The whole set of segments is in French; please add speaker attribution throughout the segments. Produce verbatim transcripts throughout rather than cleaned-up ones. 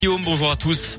Speaker 1: Guillaume, bonjour à tous.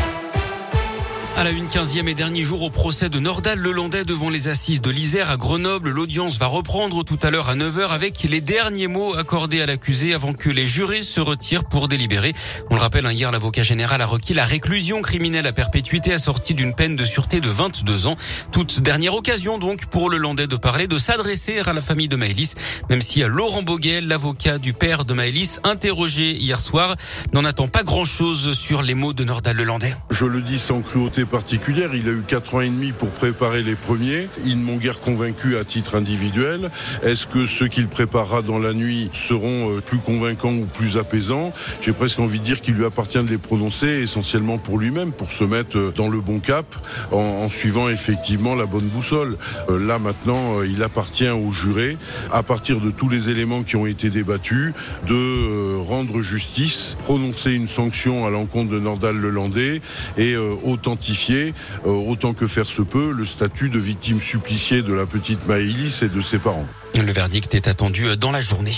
Speaker 1: À la une, quinzième et dernier jour au procès de Nordal-Lelandais devant les assises de l'Isère à Grenoble. L'audience va reprendre tout à l'heure à neuf heures avec les derniers mots accordés à l'accusé avant que les jurés se retirent pour délibérer. On le rappelle, hier, l'avocat général a requis la réclusion criminelle à perpétuité assortie d'une peine de sûreté de vingt-deux ans. Toute dernière occasion donc pour le Landais de parler, de s'adresser à la famille de Maëlys, même si Laurent Boguel, l'avocat du père de Maëlys, interrogé hier soir, n'en attend pas grand-chose sur les mots de Nordal-Lelandais.
Speaker 2: Je le dis sans cruauté particulière, il a eu quatre ans et demi pour préparer les premiers. Ils ne m'ont guère convaincu à titre individuel. Est-ce que ceux qu'il préparera dans la nuit seront plus convaincants ou plus apaisants ? J'ai presque envie de dire qu'il lui appartient de les prononcer essentiellement pour lui-même, pour se mettre dans le bon cap en, en suivant effectivement la bonne boussole. Là maintenant, il appartient aux jurés, à partir de tous les éléments qui ont été débattus, de rendre justice, prononcer une sanction à l'encontre de Nordal-Lelandais et authentifier autant que faire se peut, le statut de victime suppliciée de la petite Maëlys et de ses parents.
Speaker 1: Le verdict est attendu dans la journée.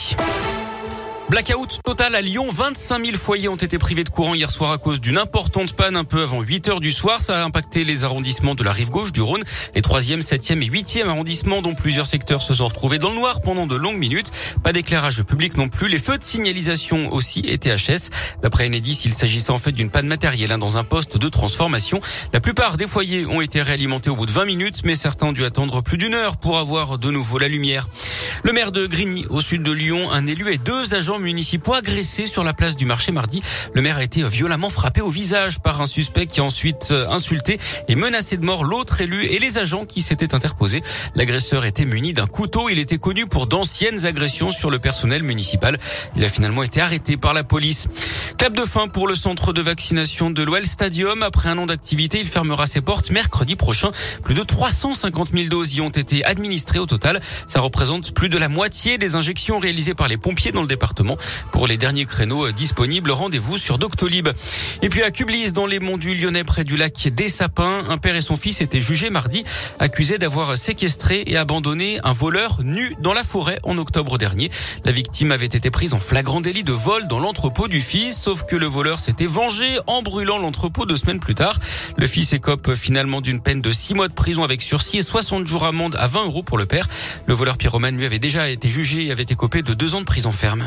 Speaker 1: Blackout total à Lyon, vingt-cinq mille foyers ont été privés de courant hier soir à cause d'une importante panne un peu avant huit heures du soir. Ça a impacté les arrondissements de la rive gauche du Rhône, les troisième, septième et huitième arrondissements dont plusieurs secteurs se sont retrouvés dans le noir pendant de longues minutes. Pas d'éclairage public non plus. Les feux de signalisation aussi étaient H S. D'après Enedis, il s'agissait en fait d'une panne matérielle hein, dans un poste de transformation. La plupart des foyers ont été réalimentés au bout de vingt minutes, mais certains ont dû attendre plus d'une heure pour avoir de nouveau la lumière. Le maire de Grigny, au sud de Lyon, un élu et deux agents municipaux agressés sur la place du marché mardi. Le maire a été violemment frappé au visage par un suspect qui a ensuite insulté et menacé de mort l'autre élu et les agents qui s'étaient interposés. L'agresseur était muni d'un couteau. Il était connu pour d'anciennes agressions sur le personnel municipal. Il a finalement été arrêté par la police. Clap de fin pour le centre de vaccination de l'O L Stadium. Après un an d'activité, il fermera ses portes mercredi prochain. Plus de trois cent cinquante mille doses y ont été administrées au total. Ça représente plus de la moitié des injections réalisées par les pompiers dans le département. Pour les derniers créneaux disponibles, rendez-vous sur Doctolib. Et puis à Kublis, dans les monts du Lyonnais, près du lac des Sapins, un père et son fils étaient jugés mardi, accusés d'avoir séquestré et abandonné un voleur nu dans la forêt en octobre dernier. La victime avait été prise en flagrant délit de vol dans l'entrepôt du fils, sauf que le voleur s'était vengé en brûlant l'entrepôt deux semaines plus tard. Le fils écope finalement d'une peine de six mois de prison avec sursis et soixante jours amende à vingt euros pour le père. Le voleur pyromane lui avait déjà été jugé et avait écopé de deux ans de prison ferme.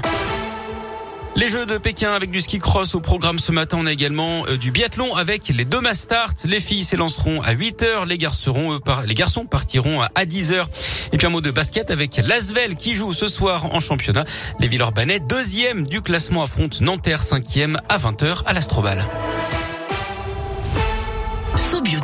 Speaker 1: Les Jeux de Pékin avec du ski cross au programme ce matin. On a également euh, du biathlon avec les deux mass start. Les filles s'élanceront à huit heures. Les garçons, euh, par, les garçons partiront à dix heures. Et puis un mot de basket avec l'Asvel qui joue ce soir en championnat. Les Villeurbanais, deuxième du classement, affrontent Nanterre, cinquième à vingt heures à l'Astrobal.